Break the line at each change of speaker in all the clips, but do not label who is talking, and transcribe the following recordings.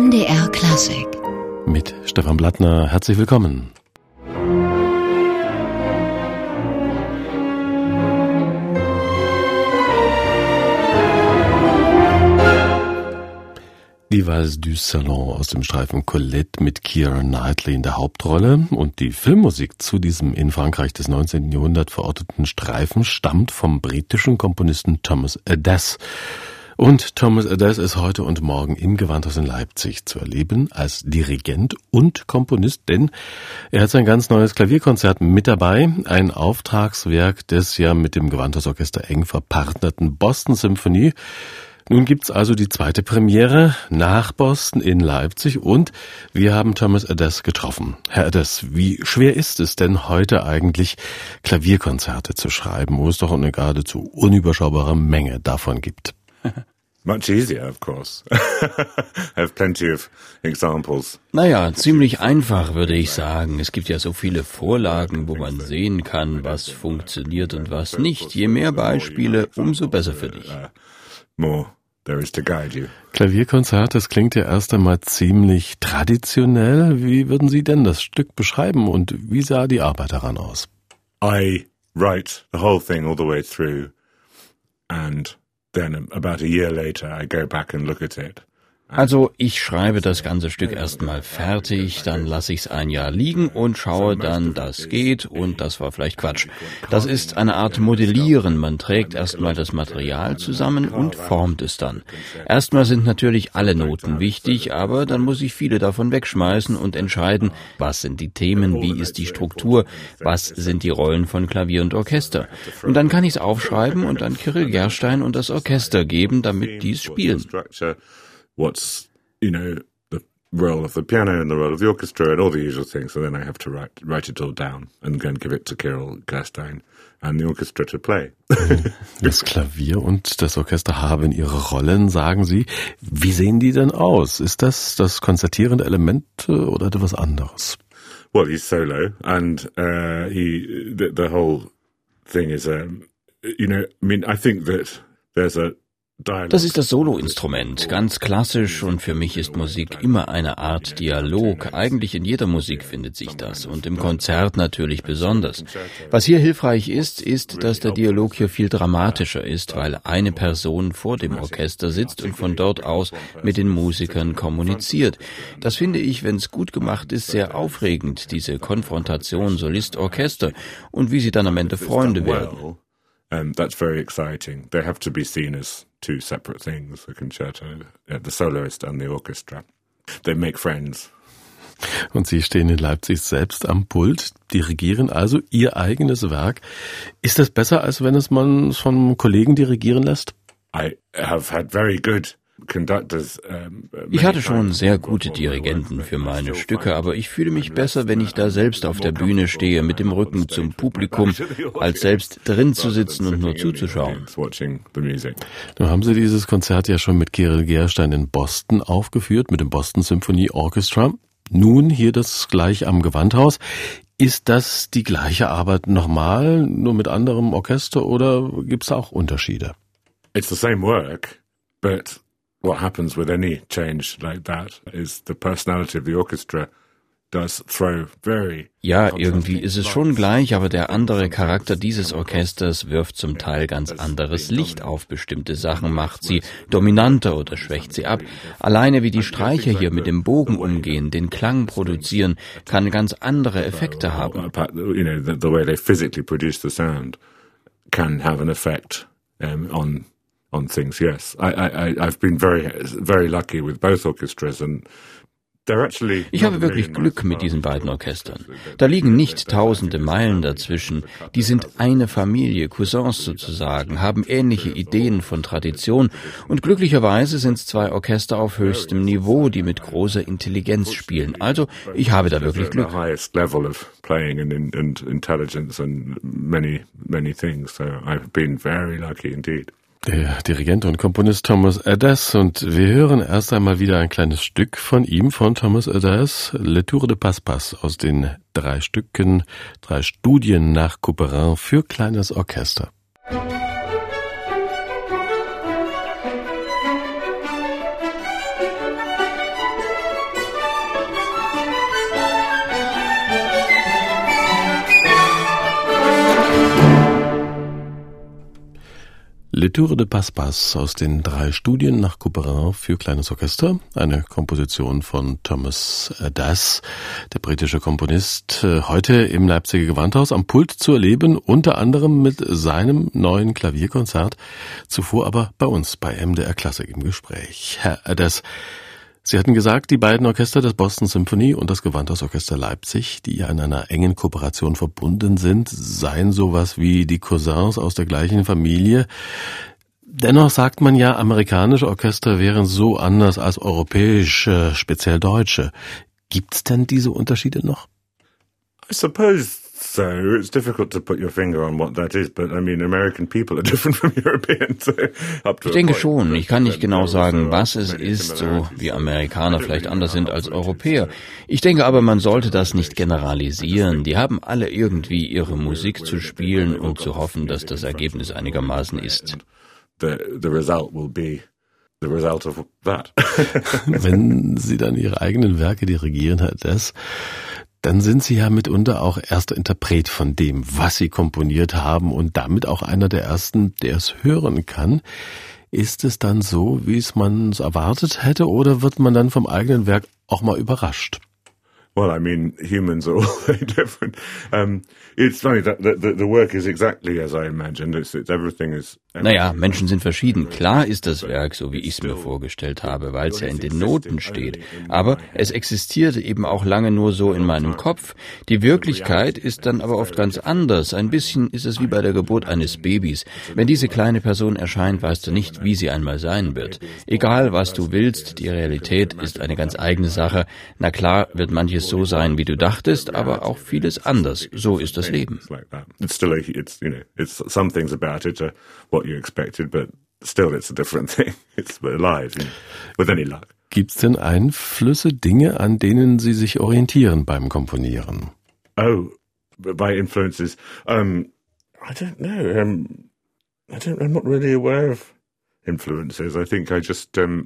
NDR Klassik.
Mit Stefan Blattner, herzlich willkommen. Die Valse du Salon aus dem Streifen Colette mit Keira Knightley in der Hauptrolle und die Filmmusik zu diesem in Frankreich des 19. Jahrhunderts verorteten Streifen stammt vom britischen Komponisten Thomas Adès. Und Thomas Adès ist heute und morgen im Gewandhaus in Leipzig zu erleben als Dirigent und Komponist, denn er hat sein ganz neues Klavierkonzert mit dabei, ein Auftragswerk des ja mit dem Gewandhausorchester eng verpartnerten Boston Symphony. Nun gibt's also die zweite Premiere nach Boston in Leipzig und wir haben Thomas Adès getroffen. Herr Adès, wie schwer ist es denn heute eigentlich, Klavierkonzerte zu schreiben, wo es doch eine geradezu unüberschaubare Menge davon gibt?
Much easier, of course. I have plenty of examples.
Naja, ziemlich einfach, würde ich sagen. Es gibt ja so viele Vorlagen, wo man sehen kann, was funktioniert und was nicht. Je mehr Beispiele, umso besser für dich.
More there is to guide you.
Klavierkonzert, das klingt ja erst einmal ziemlich traditionell. Wie würden Sie denn das Stück beschreiben und wie sah die Arbeit daran aus?
I write the whole thing all the way through and then about a year later I go back and look at it.
Also ich schreibe das ganze Stück erstmal fertig, dann lasse ich es ein Jahr liegen und schaue dann, das geht und das war vielleicht Quatsch. Das ist eine Art Modellieren, man trägt erstmal das Material zusammen und formt es dann. Erstmal sind natürlich alle Noten wichtig, aber dann muss ich viele davon wegschmeißen und entscheiden, was sind die Themen, wie ist die Struktur, was sind die Rollen von Klavier und Orchester. Und dann kann ich es aufschreiben und an Kyrill Gerstein und das Orchester geben, damit die es spielen.
What's, the role of the piano and the role of the orchestra and all the usual things. So then I have to write it all down and go and give it to Kyrill Gerstein and the orchestra to play.
Das Klavier und das Orchester haben ihre Rollen, sagen Sie. Wie sehen die denn aus? Ist das das konzertierende Element oder etwas anderes?
Well, he's solo and the whole thing is, I think that there's
Das ist das Soloinstrument, ganz klassisch und für mich ist Musik immer eine Art Dialog. Eigentlich in jeder Musik findet sich das und im Konzert natürlich besonders. Was hier hilfreich ist, dass der Dialog hier viel dramatischer ist, weil eine Person vor dem Orchester sitzt und von dort aus mit den Musikern kommuniziert. Das finde ich, wenn es gut gemacht ist, sehr aufregend, diese Konfrontation Solist-Orchester und wie sie dann am Ende Freunde werden.
That's very exciting. They have to be seen as two separate things, the concerto, the soloist and the orchestra. They make friends.
Und Sie stehen in Leipzig selbst am Pult, dirigieren also Ihr eigenes Werk. Ist das besser, als wenn es man von Kollegen dirigieren lässt?
I have had very good conductors.
Ich hatte schon sehr gute Dirigenten für meine Stücke, aber ich fühle mich besser, wenn ich da selbst auf der Bühne stehe, mit dem Rücken zum Publikum, als selbst drin zu sitzen und nur zuzuschauen.
Nun haben Sie dieses Konzert ja schon mit Kyrill Gerstein in Boston aufgeführt, mit dem Boston Symphony Orchestra. Nun hier das gleich am Gewandhaus. Ist das die gleiche Arbeit nochmal, nur mit anderem Orchester oder gibt es auch Unterschiede?
It's the same work, but what happens with any change like that is the personality of the orchestra does throw very...
Ja, irgendwie ist es schon gleich, aber der andere Charakter dieses Orchesters wirft zum Teil ganz anderes Licht auf bestimmte Sachen, macht sie dominanter oder schwächt sie ab. Alleine wie die Streicher hier mit dem Bogen umgehen, den Klang produzieren, kann ganz andere Effekte haben.
The way they physically produce the sound can have an effect on things, yes. I've been very lucky with both orchestras and
ich habe wirklich Glück mit diesen beiden Orchestern. Da liegen nicht tausende Meilen dazwischen. Die sind eine Familie, Cousins sozusagen, haben ähnliche Ideen von Tradition und glücklicherweise sind es zwei Orchester auf höchstem Niveau, die mit großer Intelligenz spielen. Also, ich habe da wirklich Glück.
Highest level of playing and intelligence and many things. So I've been very lucky indeed.
Der Dirigent und Komponist Thomas Adès und wir hören erst einmal wieder ein kleines Stück von ihm, von Thomas Adès, Le Tour de Passe-Passe aus den 3 Stücken, 3 Studien nach Couperin für kleines Orchester. Le Tour de Passe-Passe aus den 3 Studien nach Couperin für kleines Orchester, eine Komposition von Thomas Das, der britische Komponist, heute im Leipziger Gewandhaus am Pult zu erleben, unter anderem mit seinem neuen Klavierkonzert, zuvor aber bei uns bei MDR Klassik im Gespräch. Herr Das, Sie hatten gesagt, die beiden Orchester, das Boston Symphony und das Gewandhausorchester Leipzig, die ja in einer engen Kooperation verbunden sind, seien sowas wie die Cousins aus der gleichen Familie. Dennoch sagt man ja, amerikanische Orchester wären so anders als europäische, speziell deutsche. Gibt's denn diese Unterschiede noch?
I suppose so. It's difficult to put your finger on what that is, but I mean, American people are different from Europeans.
Ich denke schon. Ich kann nicht genau sagen, was es ist, so wie Amerikaner vielleicht anders sind als Europäer. Ich denke aber, man sollte das nicht generalisieren. Die haben alle irgendwie ihre Musik zu spielen und zu hoffen, dass das Ergebnis einigermaßen ist.
The result will be the result of that.
Wenn Sie dann Ihre eigenen Werke dirigieren, Herr Dess, dann sind Sie ja mitunter auch erster Interpret von dem, was Sie komponiert haben und damit auch einer der ersten, der es hören kann. Ist es dann so, wie es man erwartet hätte, oder wird man dann vom eigenen Werk auch mal überrascht?
Well, I mean, humans are all very different. It's funny that the work is exactly as I imagined. It's everything is.
Naja, Menschen sind verschieden. Klar ist das Werk so, wie ich es mir vorgestellt habe, weil es ja in den Noten steht. Aber es existierte eben auch lange nur so in meinem Kopf. Die Wirklichkeit ist dann aber oft ganz anders. Ein bisschen ist es wie bei der Geburt eines Babys. Wenn diese kleine Person erscheint, weißt du nicht, wie sie einmal sein wird. Egal, was du willst, die Realität ist eine ganz eigene Sache. Na klar, wird manches so sein, wie du dachtest, aber auch vieles anders. So ist das Leben.
It's still, it's some things about it are what you expected, but still it's a different thing. It's alive, with any luck.
Gibt's denn Einflüsse, Dinge, an denen Sie sich orientieren beim Komponieren?
Oh, by influences, I don't know. I'm not really aware of influences. I think I just, I'm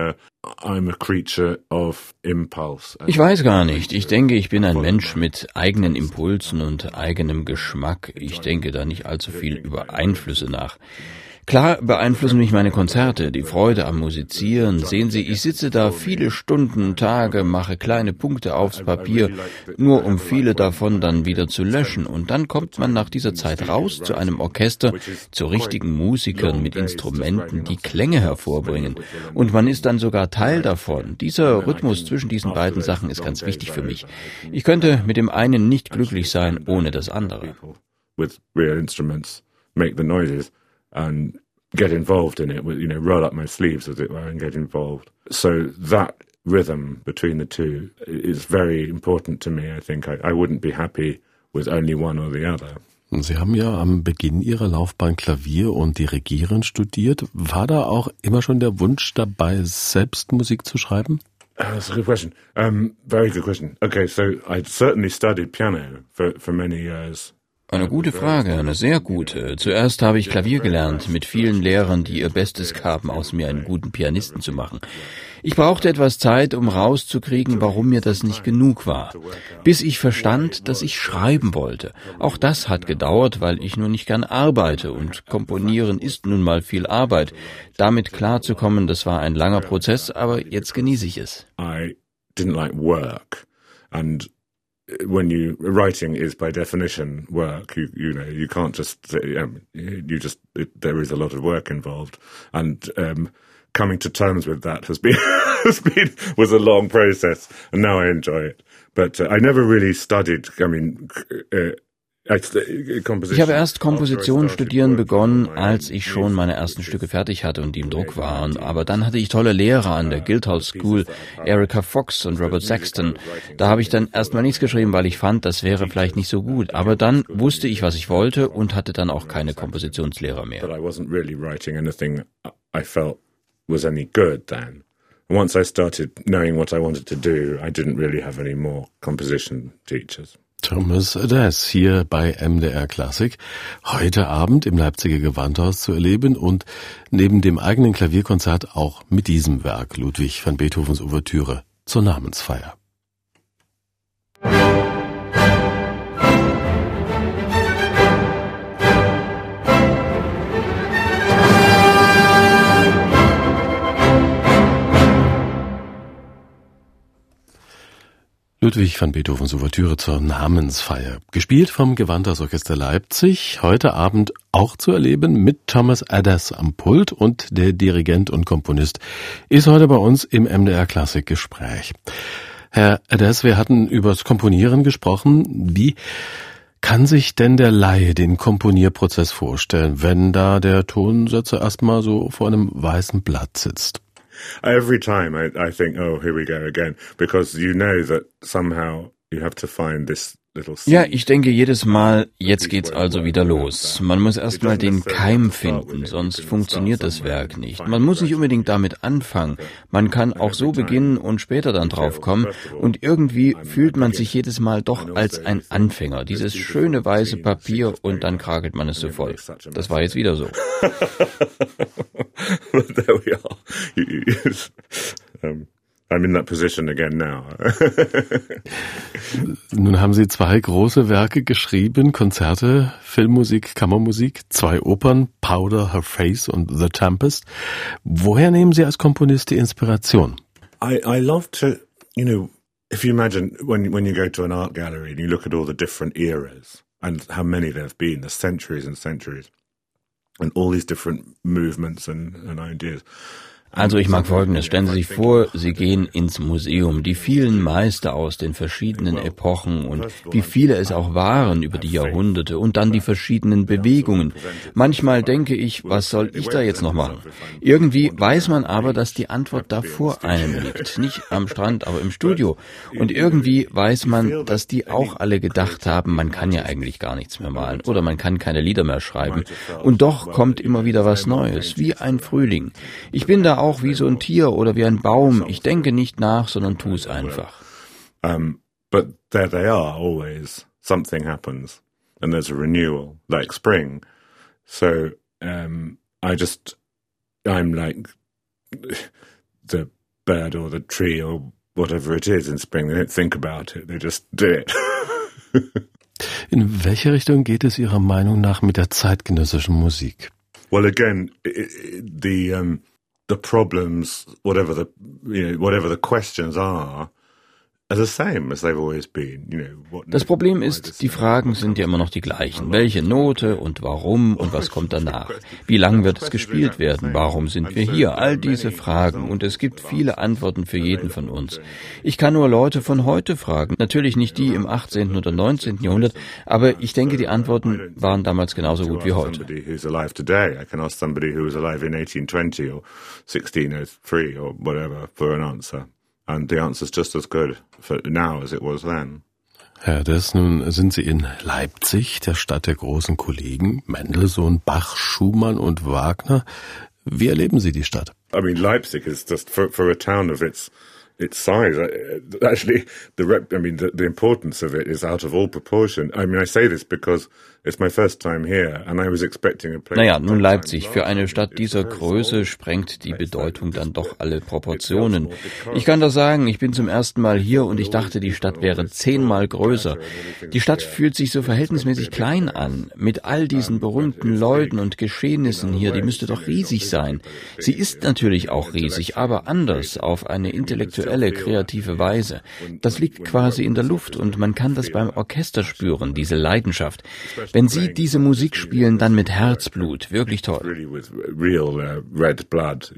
a creature of impulse.
Ich weiß gar nicht. Ich denke, ich bin ein Mensch mit eigenen Impulsen und eigenem Geschmack. Ich denke da nicht allzu viel über Einflüsse nach. Klar beeinflussen mich meine Konzerte, die Freude am Musizieren. Sehen Sie, ich sitze da viele Stunden, Tage, mache kleine Punkte aufs Papier, nur um viele davon dann wieder zu löschen. Und dann kommt man nach dieser Zeit raus zu einem Orchester, zu richtigen Musikern mit Instrumenten, die Klänge hervorbringen. Und man ist dann sogar Teil davon. Dieser Rhythmus zwischen diesen beiden Sachen ist ganz wichtig für mich. Ich könnte mit dem einen nicht glücklich sein, ohne das andere.
With real instruments, make the noises. And get involved in it, roll up my sleeves, as it were, and get involved. So that rhythm between the two is very important to me, I think. I wouldn't be happy with only one or the other.
Sie haben ja am Beginn Ihrer Laufbahn Klavier und Dirigieren studiert. War da auch immer schon der Wunsch dabei, selbst Musik zu schreiben?
That's a good question. Very good question. Okay, so I certainly studied piano for many years.
Eine gute Frage, eine sehr gute. Zuerst habe ich Klavier gelernt, mit vielen Lehrern, die ihr Bestes gaben, aus mir einen guten Pianisten zu machen. Ich brauchte etwas Zeit, um rauszukriegen, warum mir das nicht genug war. Bis ich verstand, dass ich schreiben wollte. Auch das hat gedauert, weil ich nur nicht gern arbeite und Komponieren ist nun mal viel Arbeit. Damit klarzukommen, das war ein langer Prozess, aber jetzt genieße ich es.
I didn't like work and writing is by definition work. You can't just there is a lot of work involved, and coming to terms with that was a long process, and now I enjoy it. But I never really studied.
Ich habe erst Komposition studieren begonnen, als ich schon meine ersten Stücke fertig hatte und die im Druck waren. Aber dann hatte ich tolle Lehrer an der Guildhall School, Erica Fox und Robert Sexton. Da habe ich dann erstmal nichts geschrieben, weil ich fand, das wäre vielleicht nicht so gut. Aber dann wusste ich, was ich wollte und hatte dann auch keine Kompositionslehrer mehr.
But I wasn't really writing anything I felt was any good then. Once I started knowing what I wanted to do, I didn't really have any more composition teachers.
Thomas Das hier bei MDR Klassik, heute Abend im Leipziger Gewandhaus zu erleben und neben dem eigenen Klavierkonzert auch mit diesem Werk Ludwig van Beethovens Ouvertüre zur Namensfeier. Ludwig van Beethovens Ouvertüre zur Namensfeier. Gespielt vom Gewandhaus Orchester Leipzig. Heute Abend auch zu erleben mit Thomas Adders am Pult, und der Dirigent und Komponist ist heute bei uns im MDR Klassik Gespräch. Herr Adders, wir hatten übers Komponieren gesprochen. Wie kann sich denn der Laie den Komponierprozess vorstellen, wenn da der Tonsetzer erstmal so vor einem weißen Blatt sitzt?
Every time I think, oh, here we go again, because you know that somehow you have to find this little seed.
Ja, ich denke jedes Mal, jetzt geht's also wieder los. Man muss erstmal den Keim finden, sonst funktioniert das Werk nicht. Man muss nicht unbedingt damit anfangen. Man kann auch so beginnen und später dann draufkommen. Und irgendwie fühlt man sich jedes Mal doch als ein Anfänger. Dieses schöne weiße Papier, und dann krakelt man es so voll. Das war jetzt wieder so.
There we are. I'm in that position again now.
Nun haben Sie 2 große Werke geschrieben, Konzerte, Filmmusik, Kammermusik, 2 Opern, Powder, Her Face und The Tempest. Woher nehmen Sie als Komponist die Inspiration?
I love to, if you imagine when you go to an art gallery and you look at all the different eras and how many there have been, there's centuries and centuries, and all these different movements and ideas.
Also ich mag Folgendes. Stellen Sie sich vor, Sie gehen ins Museum. Die vielen Meister aus den verschiedenen Epochen und wie viele es auch waren über die Jahrhunderte, und dann die verschiedenen Bewegungen. Manchmal denke ich, was soll ich da jetzt noch machen? Irgendwie weiß man aber, dass die Antwort da vor einem liegt. Nicht am Strand, aber im Studio. Und irgendwie weiß man, dass die auch alle gedacht haben, man kann ja eigentlich gar nichts mehr malen oder man kann keine Lieder mehr schreiben. Und doch kommt immer wieder was Neues, wie ein Frühling. Ich bin da auch wie so ein Tier oder wie ein Baum. Ich denke nicht nach, sondern tue es einfach.
But there they are always. Something happens and there's a renewal, like spring. So I'm like the bird or the tree or whatever it is in spring. They don't think about it, they just do it.
In welche Richtung geht es Ihrer Meinung nach mit der zeitgenössischen Musik?
Well, again, the problems, whatever the questions are the same as they've always been.
Das Problem ist, die Fragen sind ja immer noch die gleichen. Welche Note und warum und was kommt danach? Wie lang wird es gespielt werden? Warum sind wir hier? All diese Fragen, und es gibt viele Antworten für jeden von uns. Ich kann nur Leute von heute fragen, natürlich nicht die im 18. oder 19. Jahrhundert, aber ich denke, die Antworten waren damals genauso gut wie heute.
I can ask somebody who was alive in 1820 or 1603 or whatever for an answer. And the answer is just as good for now as it was then.
Herr Adders, nun sind Sie in Leipzig, der Stadt der großen Kollegen, Mendelssohn, Bach, Schumann und Wagner. Wie erleben Sie die Stadt?
I mean, Leipzig is just for a town of its size. Actually, the importance of it is out of all proportion. I mean, I say this because it's my first time here and I was expecting a place.
Naja, nun Leipzig. Für eine Stadt dieser Größe sprengt die Bedeutung dann doch alle Proportionen. Ich kann das sagen, ich bin zum ersten Mal hier und ich dachte, die Stadt wäre 10-mal größer. Die Stadt fühlt sich so verhältnismäßig klein an. Mit all diesen berühmten Leuten und Geschehnissen hier, die müsste doch riesig sein. Sie ist natürlich auch riesig, aber anders, auf eine intellektuelle, kreative Weise. Das liegt quasi in der Luft und man kann das beim Orchester spüren, diese Leidenschaft. Wenn Sie diese Musik spielen, dann mit Herzblut, wirklich toll.
Real red blood,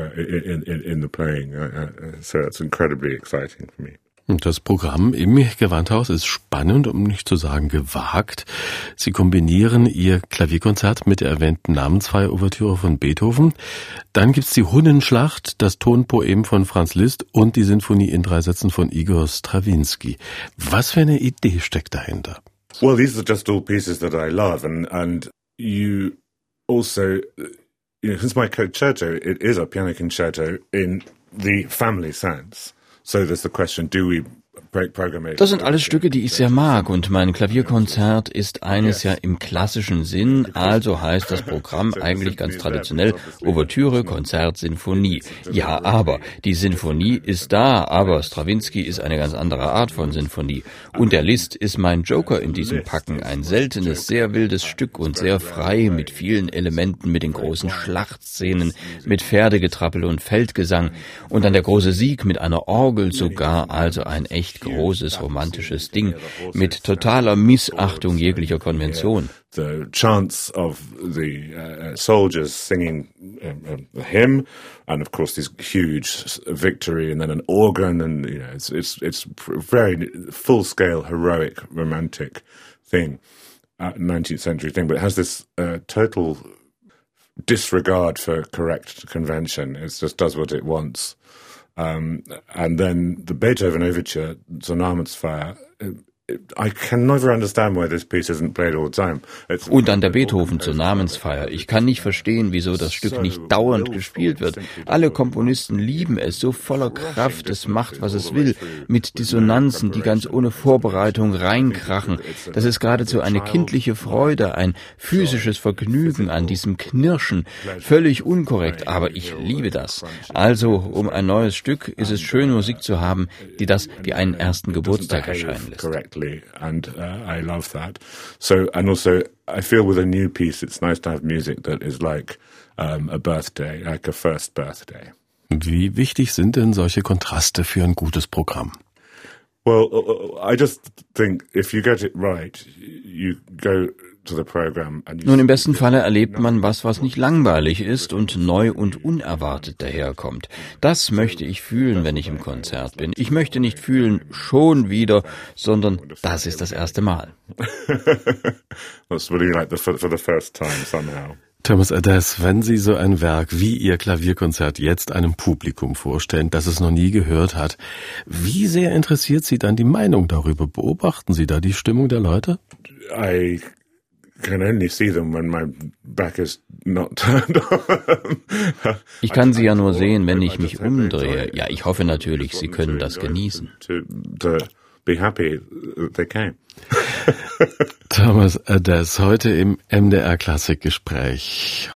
in the playing. So it's incredibly exciting for me.
Und das Programm im Gewandhaus ist spannend, um nicht zu sagen gewagt. Sie kombinieren Ihr Klavierkonzert mit der erwähnten Namensfeier-Ouvertüre von Beethoven. Dann gibt's die Hunnenschlacht, das Tonpoem von Franz Liszt und die Sinfonie in 3 Sätzen von Igor Strawinsky. Was für eine Idee steckt dahinter?
Well, these are just all pieces that I love, and you also, since my concerto, it is a piano concerto in the family sense. So there's the question, do we
Das sind alles Stücke, die ich sehr mag, und mein Klavierkonzert ist eines ja im klassischen Sinn, also heißt das Programm eigentlich ganz traditionell Ouvertüre, Konzert, Sinfonie. Ja, aber die Sinfonie ist da, aber Strawinsky ist eine ganz andere Art von Sinfonie. Und der Liszt ist mein Joker in diesem Packen, ein seltenes, sehr wildes Stück und sehr frei mit vielen Elementen, mit den großen Schlachtszenen, mit Pferdegetrappel und Feldgesang und dann der große Sieg mit einer Orgel sogar, also ein echt echt großes romantisches Ding mit totaler Missachtung jeglicher Konvention.
The chants of the soldiers singing a hymn, and of course this huge victory, and then an organ, and it's very full-scale heroic romantic thing, 19th century thing, but it has this total disregard for correct convention. It just does what it wants. And then the Beethoven overture, Sonarmensfeier, I can never understand why this piece isn't played all the time.
Und dann der Beethoven zur Namensfeier. Ich kann nicht verstehen, wieso das Stück nicht dauernd gespielt wird. Alle Komponisten lieben es, so voller Kraft, es macht, was es will, mit Dissonanzen, die ganz ohne Vorbereitung reinkrachen. Das ist geradezu eine kindliche Freude, ein physisches Vergnügen an diesem Knirschen. Völlig unkorrekt, aber ich liebe das. Also, um ein neues Stück ist es schön, Musik zu haben, die das wie einen ersten Geburtstag erscheinen lässt.
And I love that. So, and also, I feel with a new piece, it's nice to have music that is like a birthday, like a first birthday.
Wie wichtig sind denn solche Kontraste für ein gutes Programm?
Well, I just think if you get it right, you go to the program and
Nun, im besten Falle erlebt man was nicht langweilig ist und neu und unerwartet daherkommt. Das möchte ich fühlen, wenn ich im Konzert bin. Ich möchte nicht fühlen, schon wieder, sondern das ist das erste Mal.
That's really like for the first time somehow.
Thomas Adès, wenn Sie so ein Werk wie Ihr Klavierkonzert jetzt einem Publikum vorstellen, das es noch nie gehört hat, wie sehr interessiert Sie dann die Meinung darüber? Beobachten Sie da die Stimmung der Leute?
I can only see them when my back is not turned on.
Ich kann sie ja nur sehen, wenn ich mich umdrehe. Ja, ich hoffe natürlich, Sie können das genießen.
To be happy they came.
Thomas Adès, heute im MDR Klassikgespräch.